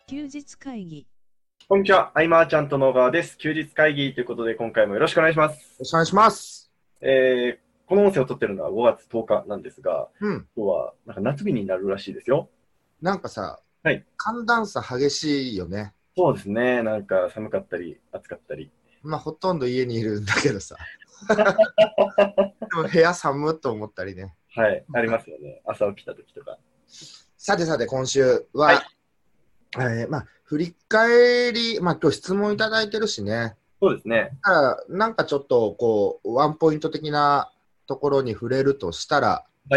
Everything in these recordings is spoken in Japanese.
休日会議。 こんにちは。アイマーちゃんと野川です。休日会議ということで、今回もよろしくお願いします。 よろしくお願いします。 この音声を撮ってるのは5月10日なんですが、 うん。 今日はなんか夏日になるらしいですよ。 なんかさ、 はい。 寒暖差激しいよね。 そうですね。なんか寒かったり、暑かったり。 まあ、ほとんど家にいるんだけどさ。でも部屋寒と思ったりね。 はい。ありますよね。朝起きた時とか。 さてさて、今週は、まあ、振り返り、まあ、今日質問いただいてるしね。 そうですね。 だからなんかちょっと、こう、ワンポイント的なところに触れるとしたら、 はい。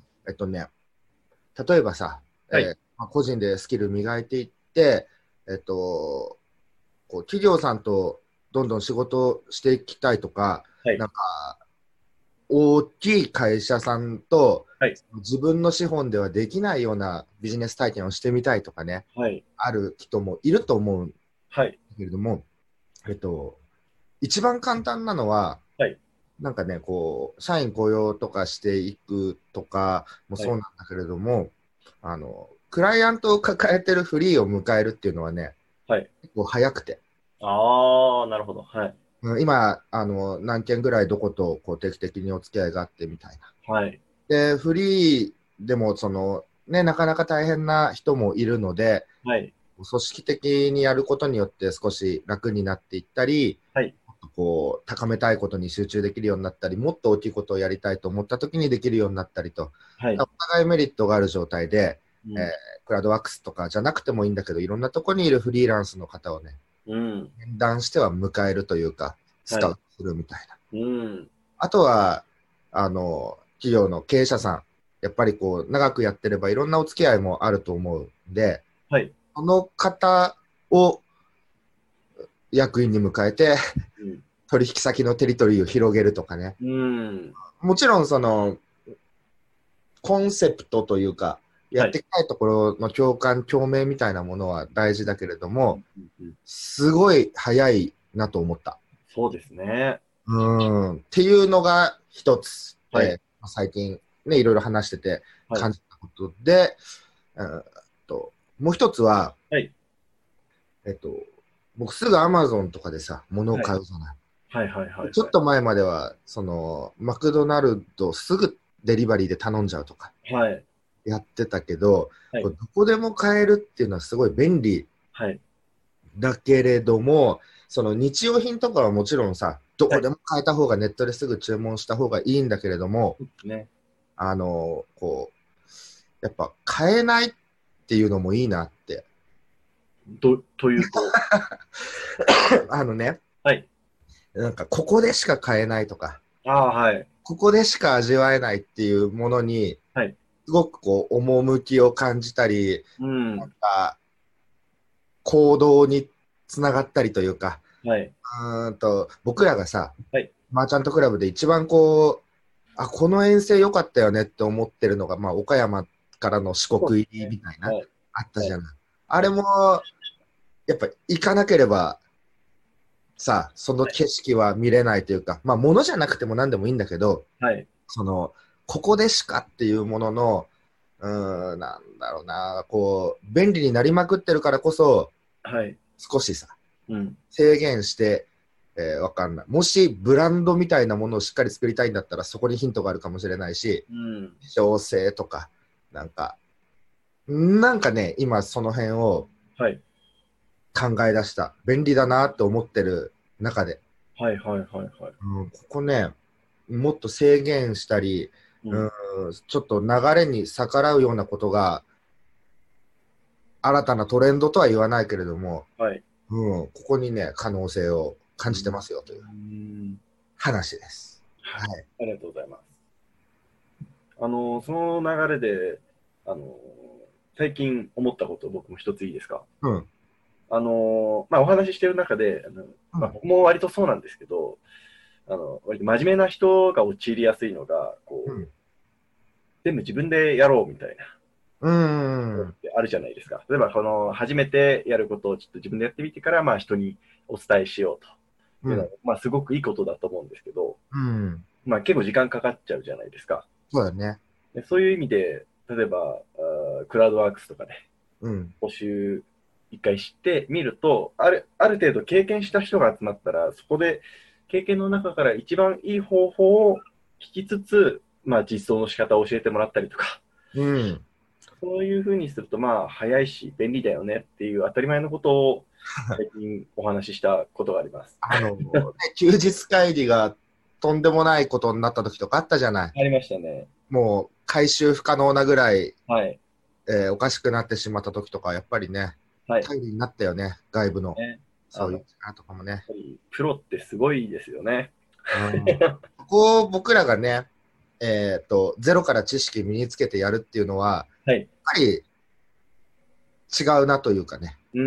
例えばさ、 はいまあ個人でスキル磨いていって、こう企業さんとどんどん仕事していきたいとか、 はいなんか大きい会社さんとはい。 自分の資本ではできないようなビジネス体験をしてみたいとかね、 はい。 ある人もいると思うんだはい。 けれども、一番簡単なのは、 はい。 なんかね、こう、社員雇用とかしていくとかもそうなんだけれども、クライアントを抱えてるフリーを迎えるっていうのはね、 はい。 結構早くて、 あー、なるほど。はい。 今、何件ぐらいどことこう定期的にお付き合いがあってみたいな。 はい。 で、フリーでも、なかなか大変な人もいるので、 はい。 組織的にやることによって少し楽になっていったり、 はい。 こう高めたいことに集中できるようになったり、もっと大きいことをやりたいと思ったときにできるようになったりと、 はい。 お互いメリットがある状態で、 うん。 クラウドワークスとかじゃなくてもいいんだけど、いろんなところにいるフリーランスの方をね、 うん。 面談しては迎えるというか、スはい。 カウトするみたいな。 うん。 あとは、企業の経営者さん、やっぱりこう、長くやってればいろんなお付き合いもあると思うんで、 はい。 その方を役員に迎えて、 うん。 取引先のテリトリーを広げるとかね。 うん。 もちろんコンセプトというか、やはい。 っていきたいところの共感、共鳴みたいなものは大事だけれども、 うん。 すごい早いなと思った。 そうですね。 っていうのが一つ、 はい。 最近ね、いろいろ話しててはい。 感じたことで、うーんもう一つは、 はい。 えっと、僕すぐアマゾンとかでさ、物をはい。 買うじゃない。 はい。はい。はい。 ちょっと前までは、マクドナルドすぐデリバリーで頼んじゃうとかはい。 やってたけど、 はい。 これどこでも買えるっていうのはすごい便利はい。 だけれども、その日用品とかはもちろんさ、どはい。 こでも買えた方がネットですぐ注文した方がいいんだけれども、 ね。 やっぱ買えないっていうのもいいなって。 というと。 あのね、 はい。 なんかここでしか買えないとか、 ああ、はい。 ここでしか味わえないっていうものに、 はい。 すごくこう、趣を感じたり、 うん。 行動につながったりというか、 はい。 僕らがさ、 はい。 マーチャントクラブで一番こう、この遠征良かったよねって思ってるのが、まあ、岡山からの四国入りそうですね。 みたいな、 はい。 あったはい。 じゃない。あはい。 れも、やっぱ行かなければさ、その景色は見れないというか、まあ、物じゃなくても何でもいいんだけど、 はい。 ここでしかっていうものの、なんだろうな、こう、便利になりまくってるからこそ、 はい。 少しさ、 うん。 制限して、わかんない。もしブランドみたいなものをしっかり作りたいんだったら、そこにヒントがあるかもしれないし、 うん。 希少性とか、なんか、なんかね、今その辺をはい。 考え出した。便利だなって思ってる中で、 はい。はい。はい。はい。 ここね、もっと制限したり、 うん。 ちょっと流れに逆らうようなことが、新たなトレンドとは言わないけれども、 はい。 ここにね、可能性を感じてうん。 ますよといううん。 話です。 はい。 はい。 ありがとうございます。その流れで、あの、最近思ったことを僕も一ついいですか？ うん。 まあ、お話ししてる中で、まあ、 うん。 僕も割とそうなんですけど、割と真面目な人が陥りやすいのが、こう、 うん。 全部自分でやろうみたいな、 うん。 あるじゃないですか。例えば、初めてやることをちょっと自分でやってみてから、まあ、人にお伝えしようというのは、 うん。 まあ、すごくいいことだと思うんですけど、 うん。 まあ、結構時間かかっちゃうじゃないですか。 そうだね。 でそういう意味で、例えば、クラウドワークスとかでうん。 募集一回知ってみると、ある程度経験した人が集まったら、そこで経験の中から一番いい方法を聞きつつ、まあ、実装の仕方を教えてもらったりとか、 うん。 そういうふうにすると、まあ、早いし、便利だよねっていう当たり前のことを最近お話ししたことがあります。 休日会議がとんでもないことになった時とかあったじゃない。 ありましたね。 もう回収不可能なぐらい、 はい。 おかしくなってしまった時とか、やっぱりね、 はい。 頼りになったよね、外部の。 ね、 そういう力とかもね。 プロってすごいですよね。 うん、ここを僕らがね、ゼロから知識身につけてやるっていうのは、 はい。 やっぱり違うなというかね、 うん。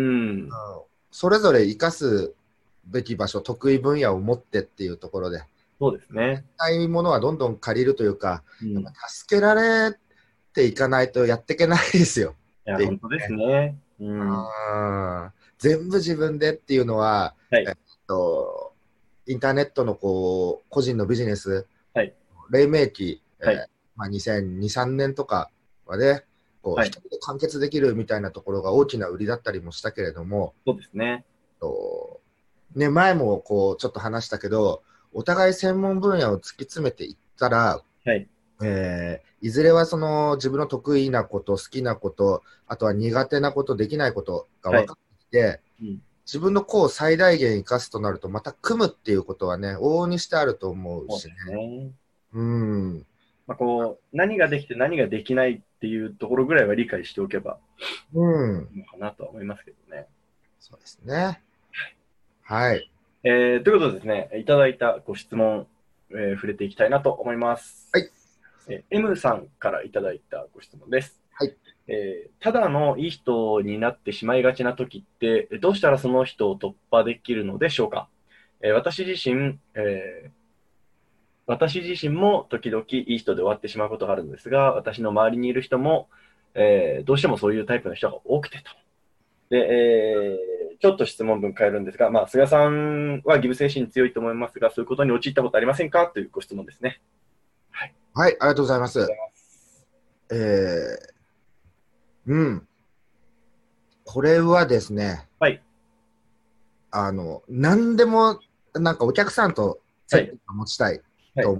それぞれ生かすべき場所、得意分野を持ってっていうところで、 そうですね。 ないものはどんどん借りるというか、 うん、いやっぱ助けられていかないとやっていけないですよ。 や、 で、 本当ですね。うん。 全部自分でっていうのは、 はい。 とインターネットのこう個人のビジネス、 はい。 黎明期、 はい。 まあ、2002、3年とかはね、こうはい。 一人で完結できるみたいなところが大きな売りだったりもしたけれども、 そうですね。 とね、前もこうちょっと話したけど、お互い専門分野を突き詰めていったら、 はい。 いずれはその自分の得意なこと、好きなこと、あとは苦手なこと、できないことがはい。 分かってきて、 うん。 自分の個を最大限生かすとなると、また組むっていうことはね、往々にしてあると思うそうでしね。 すね。 うん。 まあ、こう、何ができて何ができないっていうところぐらいは理解しておけばうん。 いいのかなとは思いますけどね。 そうですね。はい。 ということでですね、いただいたご質問、触れていきたいなと思います。 はい。 M さんからいただいたご質問です。 はい。 ただのいい人になってしまいがちな時って、どうしたらその人を突破できるのでしょうか。私自身も時々いい人で終わってしまうことがあるんですが、私の周りにいる人も、どうしてもそういうタイプの人が多くてと。で、ちょっと質問文変えるんですが、まあ、菅さんは義務精神強いと思いますが、そういうことに陥ったことありませんかというご質問ですね。はい。 はい。ありがとうございまありがとうござす。 います。 えうん。これはですね、 はい。 何でも、なんかお客さんとはい。 接点を持ちたいはい。 と思って、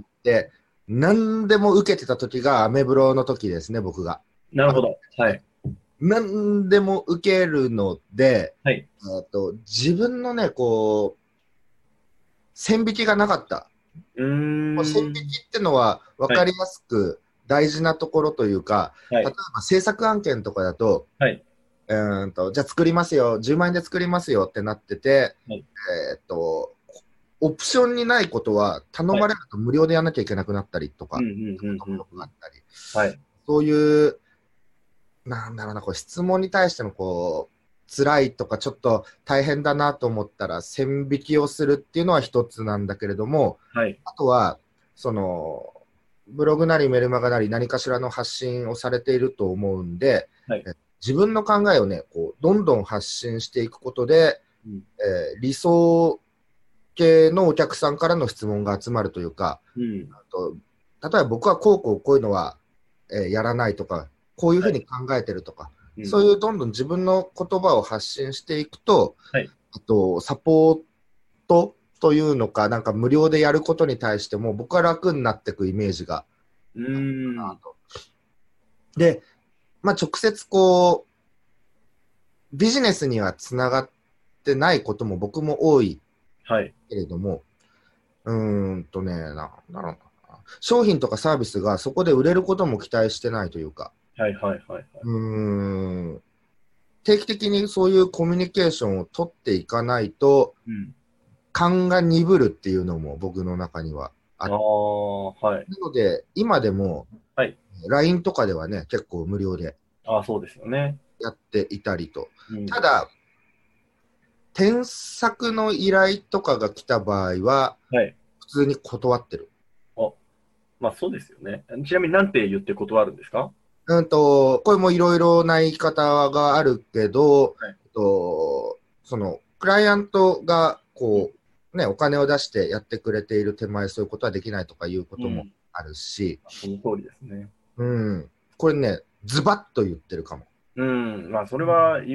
何でも受けてた時がアメブロの時ですね、僕が。 なるほど。はい。 何でも受けるので、 はい。 自分のね、こう、線引きがなかった。 うー線引ん。 きってのは分はい。 かりやすく大事なところというか、例えはい。 ば制作案件とかだと、 はい。 じゃあ作りますよ、10万円で作りますよってなってて、 はい。 えーっと、オプションにないことは頼はい。 まれると無料でやらなきゃいけなくなったりとうん、うか、 ん、うん、うん、 よくうん。 あったり、 はい。 そういう、なんだろうな、こう質問に対してのこう、辛いとかちょっと大変だなと思ったら線引きをするっていうのは一つなんだけれども、 はい。 あとは、その、ブログなりメルマガなり何かしらの発信をされていると思うんで、 はい。 自分の考えをね、こうどんどん発信していくことで、 うん。 理想系のお客さんからの質問が集まるというか、 うん。 と例えば僕はこういうのは、やらないとか、こういうふはい。 うに考えてるとか、 うん。 そういうどんどん自分の言葉を発信していくと、 はい。 サポートというのか、なんか無料でやることに対しても僕は楽になっていくイメージがうーん。 あるなと。で、まあ、直接こう、ビジネスにはつながってないことも僕も多いはい。 けれども、なんだろうな。商品とかサービスがそこで売れることも期待してないというか、 はい。はい。はい。 うーん、定期的にそういうコミュニケーションを取っていかないと、 うん。 勘が鈍るっていうのも僕の中にはああって、 あ、はい。 なので、今でもはい。 LINE とかではね、結構無料でああ、そうですよね。 やっていたりと。 うん。 ただ、添削の依頼とかが来た場合は、 はい。 普通に断ってる。 あ、まあそうですよね。ちなみに何て言って断るんですか？ これもいろいろな言い方があるけど、 はい。 そのクライアントがうん。 お金を出してやってくれている手前、そういうことはできないとかいうこともうん。 あるし、 その通りですね。 うん、これね、ズバッと言ってるかも。 うん。まあそれは言っ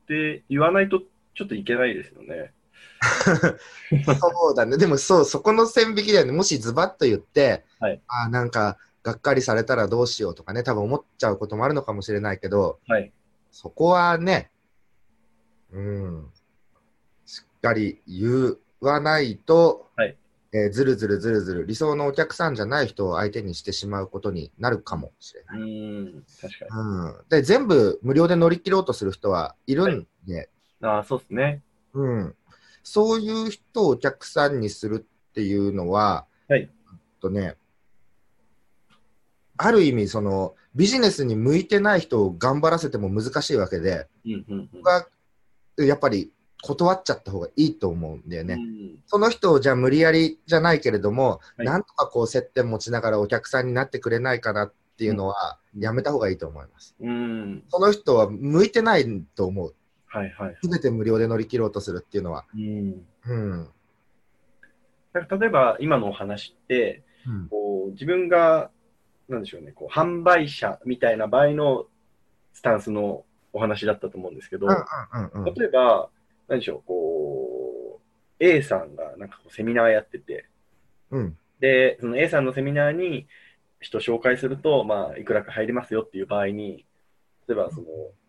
って言わないとちょっといけないですよね。 そうだね。でもそう、そこの線引きだよね。もしズバッと言って、 はい。 なんか、がっかりされたらどうしようとかね、多分思っちゃうこともあるのかもしれないけど、 はい。 そこはね、うん、しっかり言わないと、 はい。 ずるずるずるずる、理想のお客さんじゃない人を相手にしてしまうことになるかもしれない。 確かに。 で、全部無料で乗り切ろうとする人はいるはい。 んで、 ああ、そうですね。 うん、そういう人をお客さんにするっていうのは、 はい。 とね、ある意味、ビジネスに向いてない人を頑張らせても難しいわけで、僕はやっぱり断っちゃった方がいいと思うんだよね。その人をじゃあ無理やりじゃないけれども、 はい。 なんとかこう接点持ちながらお客さんになってくれないかなっていうのは、やめた方がいいと思います。その人は向いてないと思う。 はいはいはい。 すべて無料で乗り切ろうとするっていうのは。 うん。 うん。 なんか例えば今のお話って、 うん。 こう自分が、なんでしょうね、こう販売者みたいな場合のスタンスのお話だったと思うんですけど、 うんうんうん。 例えば、なんでしょう、こう、A さんがなんかこうセミナーやってて、 うん。 で、その A さんのセミナーに人紹介すると、まあ、いくらか入りますよっていう場合に、例えばその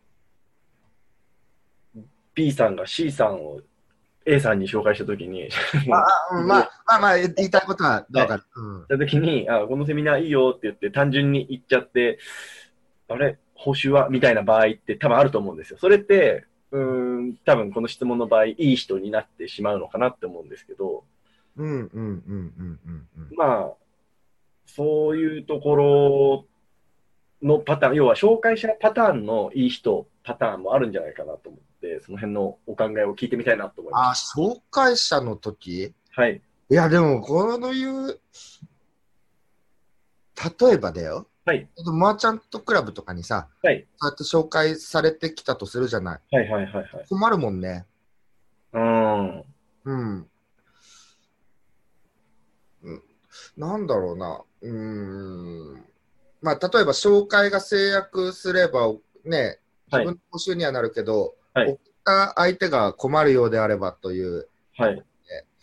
B さんが C さんを A さんに紹介したときに、もう、 まあまあまあ、言いたいことははい。 わかる。うん。 したときに、このセミナーいいよって言って、単純に行っちゃって、あれ、報酬はみたいな場合って多分あると思うんですよ。それって、多分この質問の場合、いい人になってしまうのかなって思うんですけど、 うんうんうんうんうんうん。 まあ、そういうところのパターン、要は紹介者パターンのいい人パターンもあるんじゃないかなと思って、その辺のお考えを聞いてみたいなと思いまし紹介者の時た。はい。 いや、でも、このいう、例えばだよ。 はい。 マーチャントクラブとかにさ、 はい。 そうやって紹介されてきたとするじゃない。 はいはいはいはい。 困るもんね。 うーん。 うん。うん、なんだろうな。まあ、例えば紹介が制約すれば、ね、自はい。 分の報酬にはなるけど、 はい。 送った相手が困るようであればというとこはい。 ろで、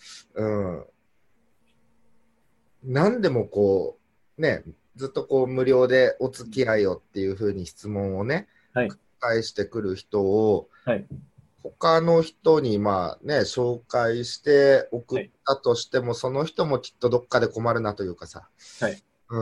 何でもこう、ね、ずっとこう無料でお付き合いをっていうふうに質問をね、 はい。 返してくる人を、 はい。 他の人にまあね、紹介して送っはい。 たとしても、その人もきっとどっかで困るなというかさ。 はい。 うん。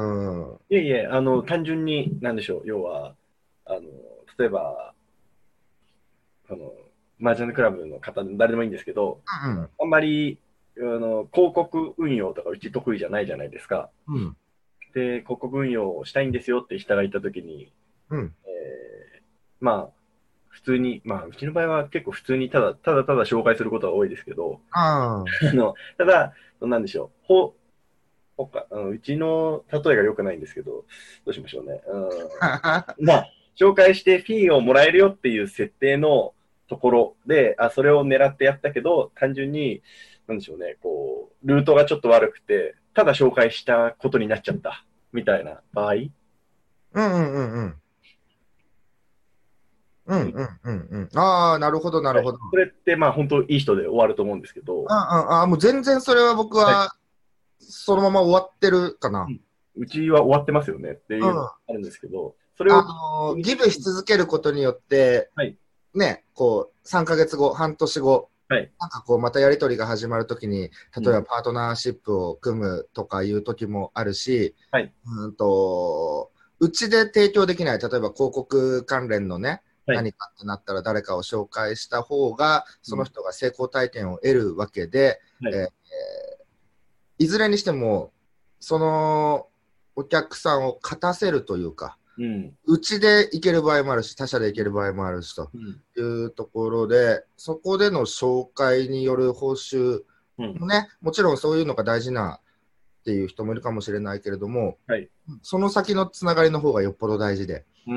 うんいえいえ、単純に、なんでしょう。要は、あの、例えば、あの、マージャンクラブの方、誰でもいいんですけど、 うん。 あんまり、広告運用とかうち得意じゃないじゃないですか。 うん。 で、広告運用をしたいんですよって人がいたときに、 うん。 まあ、普通に、まあ、うちの場合は結構普通にただ紹介することが多いですけど、 ああ。 ただ、なんでしょう、うちの例えが良くないんですけど、どうしましょうね。まあ、紹介してフィーをもらえるよっていう設定のところで、それを狙ってやったけど、単純に、なんでしょうね、こう、ルートがちょっと悪くて、ただ紹介したことになっちゃった、みたいな場合、 うんうんうんうん。うんうんうんうんうん。ああ、なるほどなはい。 るほど。 それって、まあ、本当いい人で終わると思うんですけど、 もう全然それは僕はい。 はそのまま終わってるかな。 うちは終わってますよねっていうのがうん。 あるんですけど、それを、 ギブし続けることによって、 はい、 ね、こう、3ヶ月後、半年後、 はい、 なんかこう、またやり取りが始まるときに、例うん、 えばパートナーシップを組むとかいうときもあるし、 はい、 うんと、うちで提供できない、例えば広告関連のね、 はい、 何かってなったら誰かを紹介した方が、 うん、 その人が成功体験を得るわけで、 はい、 いずれにしても、そのお客さんを勝たせるというか、 うん、 うちで行ける場合もあるし、他社で行ける場合もあるしとうん、 いうところで、そこでの紹介による報酬うん、 もね、もちろんそういうのが大事なっていう人もいるかもしれないけれども、 はい、 その先のつながりの方がよっぽど大事で。 うん、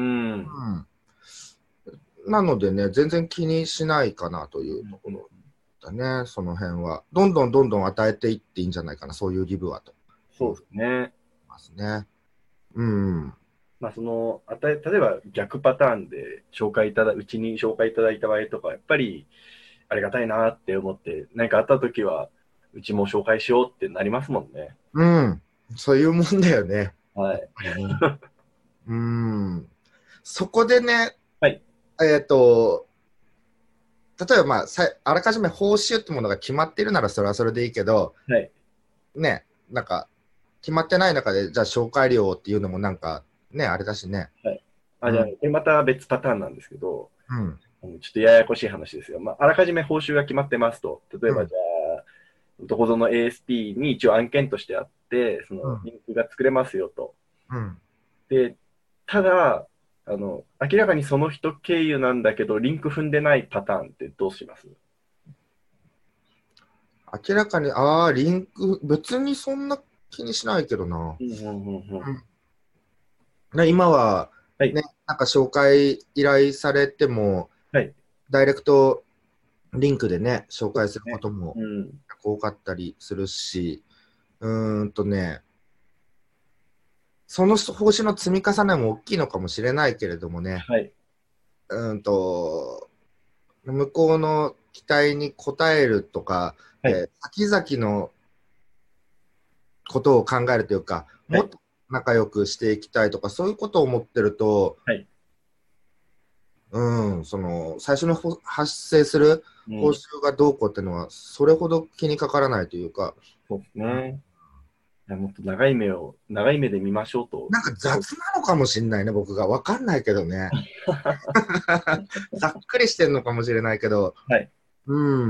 なのでね、全然気にしないかなというところだね、その辺は。どんどんどんどん与えていっていいんじゃないかな、そういうギブはというそうですね。 ますね。うん。 例えば逆パターンでうちに紹介いただいた場合とか、やっぱりありがたいなって思って、何かあった時は、うちも紹介しようってなりますもんね。 うん。そういうもんだよね。 はい。 うん。そこでね、 はい。 例えば、あらかじめ報酬ってものが決まっているならそれはそれでいいけど、 はい。 ね、なんか、決まってない中で、じゃあ紹介料っていうのもなんか、ね、あれだしね。 はい。じゃあ、 うん。 これまた別パターンなんですけど、 うん。 ちょっとややこしい話ですよ。あらかじめ報酬が決まってますと、例えば、 うん。 じゃあ、どこぞの ASP に一応案件としてあって、そうん。 のリンクが作れますよと。 うん。 で、ただ、明らかにその人経由なんだけど、リンク踏んでないパターンってどうします？ 明らかに、リンク、別にそんな気にしないけどな。 うんうんうんうん。 今は、 はい。 ね、なんか紹介依頼されても、 はい。 ダイレクトリンクでね、紹そうで介するこすね。 ともうん。 多かったりするし、ね、その報酬の積み重ねも大きいのかもしれないけれどもね、 はい。 うーんと、向こうの期待に応えるとか、 はい。 先々のことを考えるというか、 はい。 もっと仲良くしていきたいとか、そういうことを思ってると、 はい。 その最初に発生する報うん。 酬がどうこうっていうのは、それほど気にかからないというか、 そうですね。いやもっと長い目で見ましょうと。 なんか雑なのかもしれないね、僕が。わかんないけどね。ざっくりしてるのかもしれないけど、 はい。 うん、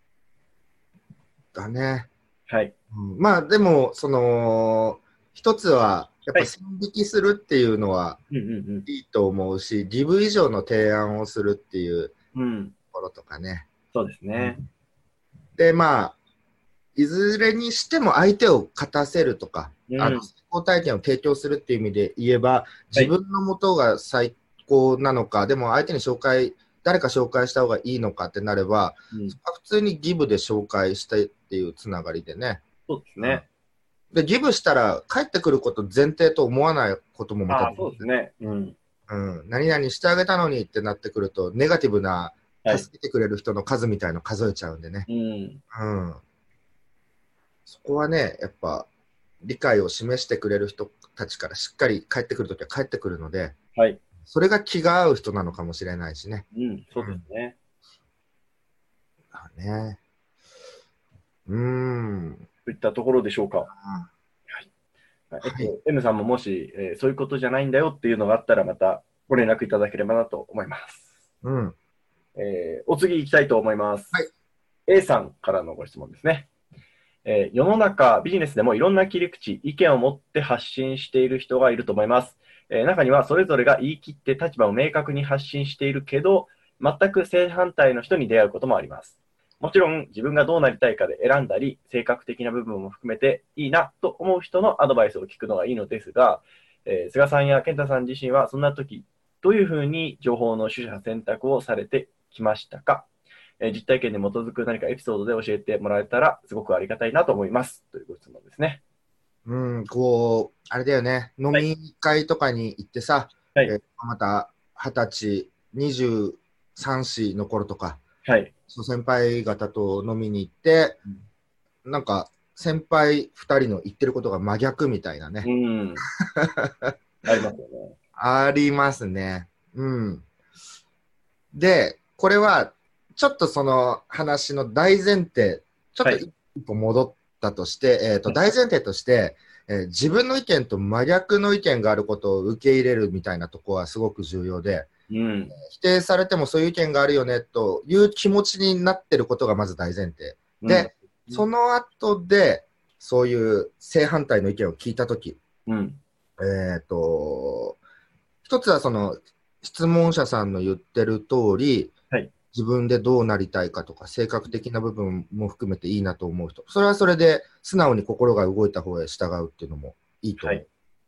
だね。 はい。 まあでも、一つは、やっはい。 ぱ線引きするっていうのはうんうんいいと思うし、ギブ以上の提案をするっていうとうん。うん。 ころとかね。 そうですね。 で、いずれにしても相手を勝たせるとか、 うん。 成功体験を提供するっていう意味で言えば、 はい。 自分のもとが最高なのか、でも相手に誰か紹介した方がいいのかってなれば、 うん。 普通にギブで紹介してっていうつながりでね。 そうですうんね。 で、ギブしたら帰ってくること前提と思わないこともまた、 そうですね。うん。 何々してあげたのにってなってくると、ネガティブなはい。 助けてくれる人の数みたいの数えちゃうんでね。 うん。 うん。そこはね、やっぱ理解を示してくれる人たちからしっかり帰ってくるときは帰ってくるので、 はい。 それが気が合う人なのかもしれないしね。 うん。そううん。 ですね。 だね。うーん。 といったところでしょうか。はい。 はい。 M さんももし、そういうことじゃないんだよっていうのがあったら、またご連絡いただければなと思います。 うん。 お次行きたいと思います。 はい。 A さんからのご質問ですね。世の中、ビジネスでもいろんな切り口、意見を持って発信している人がいると思います。中にはそれぞれが言い切って立場を明確に発信しているけど、全く正反対の人に出会うこともあります。もちろん自分がどうなりたいかで選んだり、性格的な部分も含めていいなと思う人のアドバイスを聞くのがいいのですが、菅さんや健太さん自身はそんな時、どういうふうに情報の取捨選択をされてきましたか？実体験に基づく何かエピソードで教えてもらえたらすごくありがたいなと思います。というご質問ですね。 うん、こう、あれだよね。飲はい。 み会とかに行ってさ、 はい。 また20歳、23歳の頃とか、 はい。 先輩方と飲みに行って、なんか先輩2人の言ってることが真逆みたいなうね。 ん。ありますよね。 ありますね。うん。で、これは、ちょっとその話の大前提、ちょっはい。 と一歩戻ったとして、大前提として、自分の意見と真逆の意見があることを受け入れるみたいなところはすごく重要で、 うん。 否定されてもそういう意見があるよねという気持ちになってることがまず大前提。 うん。 で、その後で、そういう正反対の意見を聞いたとき、 うん。 えっと、一つはその質問者さんの言ってる通り、 はい。 自分でどうなりたいかとか、性格的な部分も含めていいなと思う人、それはそれで素直に心が動いた方へ従うっていうのもいいと思う。 はい。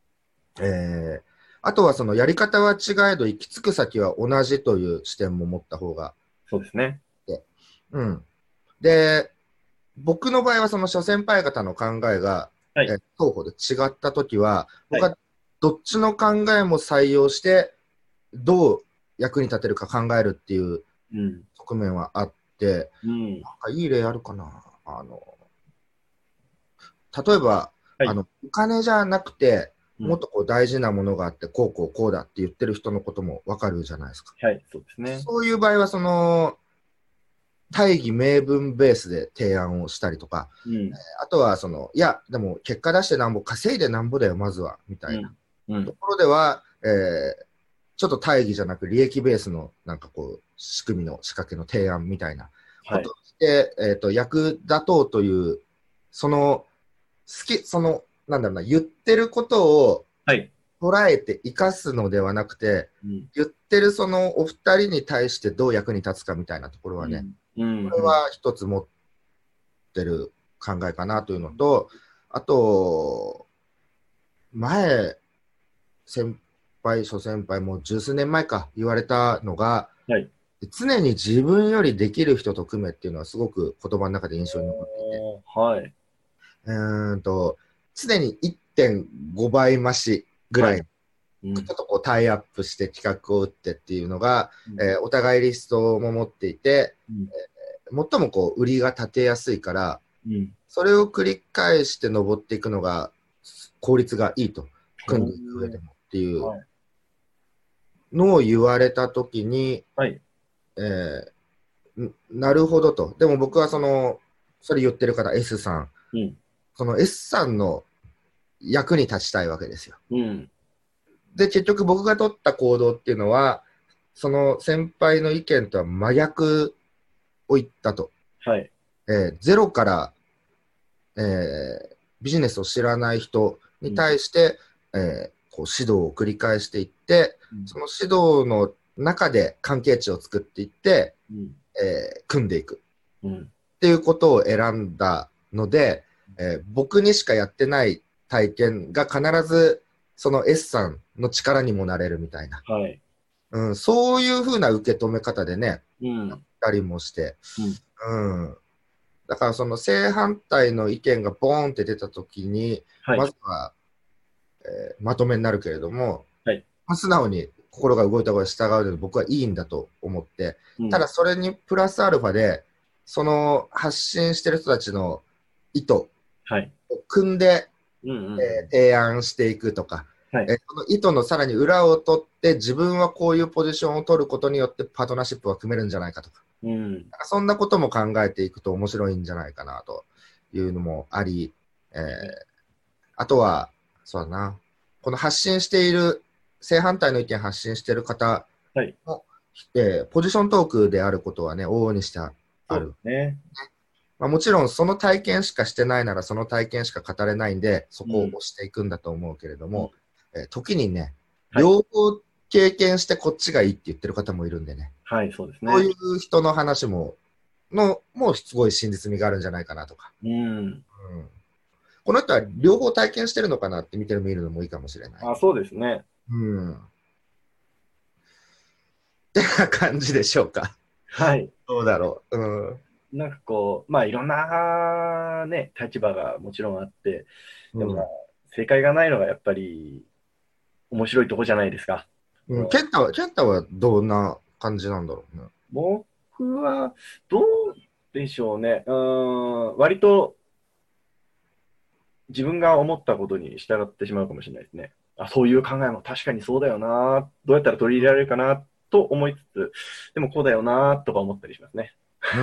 あとはそのやり方は違えど行き着く先は同じという視点も持った方がそうですね。 いい。うん。で、僕の場合はその諸先輩方の考えが、 はい。 双方で違ったときは、 はい。 僕はどっちの考えも採用して、どう役に立てるか考えるっていう側面はあって、なんかいい例あるかな。例えば、はい、お金じゃなくて、もっとこう大事なものがあって、こうだって言ってる人のこともわかるじゃないですか。 はい、そうですね。 そういう場合は、その、大義名分ベースで提案をしたりとか、あとは、いや、でも結果出してなんぼ、稼いでなんぼだよ、まずは、みたいなところでは、ちょっと大義じゃなく利益ベースのなんかこう仕組みの仕掛けの提案みたいなことをして、はい、役立とうというなんだろうな、言ってることを捉えて生かすのではなくて、言ってるそのお二人に対してどう役に立つかみたいなところはね、これは一つ持ってる考えかなというのと、あと諸先輩も十数年前か言われたのが、はい、常に自分よりできる人と組めっていうのはすごく言葉の中で印象に残っていて、はい、常に 1.5 倍増しぐらい、ちょっとこうタイアップして企画を打ってっていうのが、お互いリストも持っていて、最もこう売りが立てやすいから、それを繰り返して登っていくのが効率がいいと、組んでいく上でもっていうのを言われたときに、はい、なるほどと。でも僕はそれ言ってる方 S さん、その S さんの役に立ちたいわけですよ。で、結局僕が取った行動っていうのは、その先輩の意見とは真逆を言ったと。はい、ゼロから、ビジネスを知らない人に対して、こう指導を繰り返していって、その指導の中で関係値を作っていって、組んでいく、っていうことを選んだので、僕にしかやってない体験が必ずその S さんの力にもなれるみたいな、はいそういうふうな受け止め方でね、やったりもして、だからその正反対の意見がボーンって出たときに、はい、まずは、まとめになるけれども、はい、素直に心が動いた方が従うので僕はいいんだと思って、ただそれにプラスアルファで、その発信してる人たちの意図を組んで、提案していくとか、はい、その意図のさらに裏を取って自分はこういうポジションを取ることによってパートナーシップが組めるんじゃないかとか、そんなことも考えていくと面白いんじゃないかなというのもあり、あとはそうだな、この発信している正反対の意見発信している方も、はい、ポジショントークであることはね往々にしてある。ね、まあ、もちろんその体験しかしてないならその体験しか語れないんでそこを押していくんだと思うけれども、時にね両方経験してこっちがいいって言ってる方もいるんでね、はい、そうですね。そういう人の話もすごい真実味があるんじゃないかなとか、この人は両方体験してるのかなって見るのもいいかもしれない。 あ、そうですね。 ってな感じでしょうか。はい。どうだろう。 なんかこう、まあいろんなね、立場がもちろんあって、でも、正解がないのがやっぱり面白いとこじゃないですか。 ケンタはどんな感じなんだろうね。 僕はどうでしょうね。割と自分が思ったことに従ってしまうかもしれないですね。あ、そういう考えも確かにそうだよな。どうやったら取り入れられるかなと思いつつ、でもこうだよなとか思ったりしますね。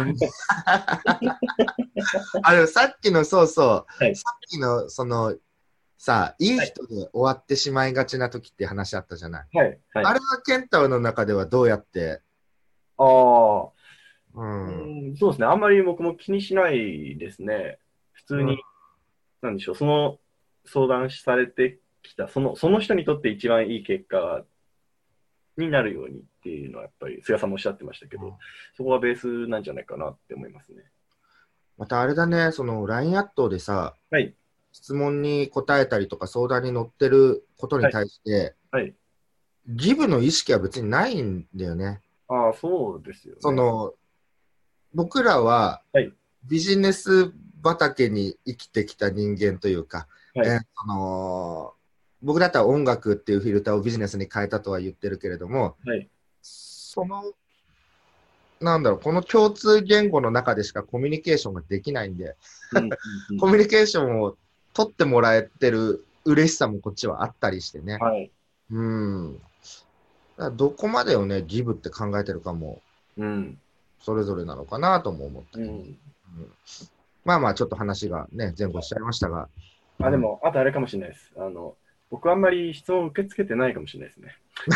でもさっきのそうそう、はい、さっきのそのさあいい人で終わってしまいがちな時って話あったじゃない。はいはい、あれはケンタの中ではどうやって？ そうですね。あんまり僕も気にしないですね。普通に、なんでしょう、その相談されてきた、その人にとって一番いい結果になるようにっていうのはやっぱり菅さんもおっしゃってましたけど、そこがベースなんじゃないかなって思いますね。 またあれだね、その LINE アットでさ、はい、質問に答えたりとか相談に乗ってることに対して、はいはい、ギブの意識は別にないんだよね。 ああ、そうですよね。 僕らはビジネス畑に生きてきた人間というか、はい、 僕だったら音楽っていうフィルターをビジネスに変えたとは言ってるけれども、 はい、 なんだろう、この共通言語の中でしかコミュニケーションができないんで、コミュニケーションを取ってもらえてる嬉しさもこっちはあったりしてね。 はい。 だからどこまでをね、ギブって考えてるかも、それぞれなのかなとも思って、まあまあ、ちょっと話がね、前後しちゃいましたが。 でも、あとあれかもしれないです。僕あんまり質問を受け付けてないかもしれないですね。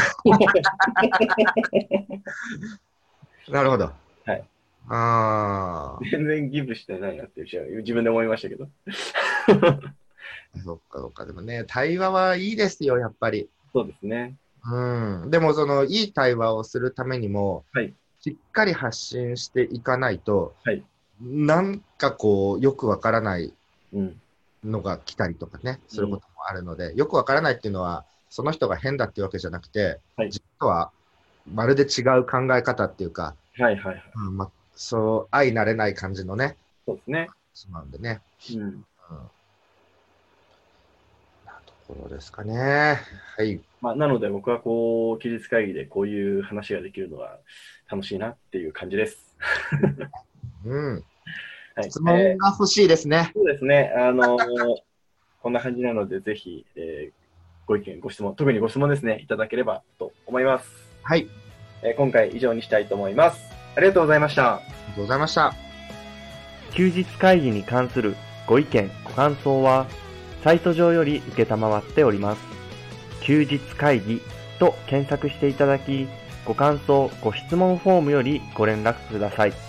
なるほど。 はい。全然ギブしてないなって自分で思いましたけど。 そっかそっか。でもね、対話はいいですよ、やっぱり。 そうですね。 でも、いい対話をするためにも、しっかり発信していかないと、なんかこう、よくわからないのが来たりとかね、することもあるので、よくわからないっていうのは、その人が変だっていうわけじゃなくて、実はまるで違う考え方っていうか、そう相なれない感じのね、 そうですね。 そうなんでね。なところですかね。はい。 なので僕は期日会議でこういう話ができるのは楽しいなっていう感じです。 質問が欲しいですね。 そうですね。こんな感じなので、ぜひ、ご意見、ご質問、特にご質問ですね、いただければと思います。 はい。 今回以上にしたいと思います。ありがとうございました。 ありがとうございました。 休日会議に関するご意見、ご感想は、サイト上より受けたまわっております。休日会議と検索していただき、ご感想、ご質問フォームよりご連絡ください。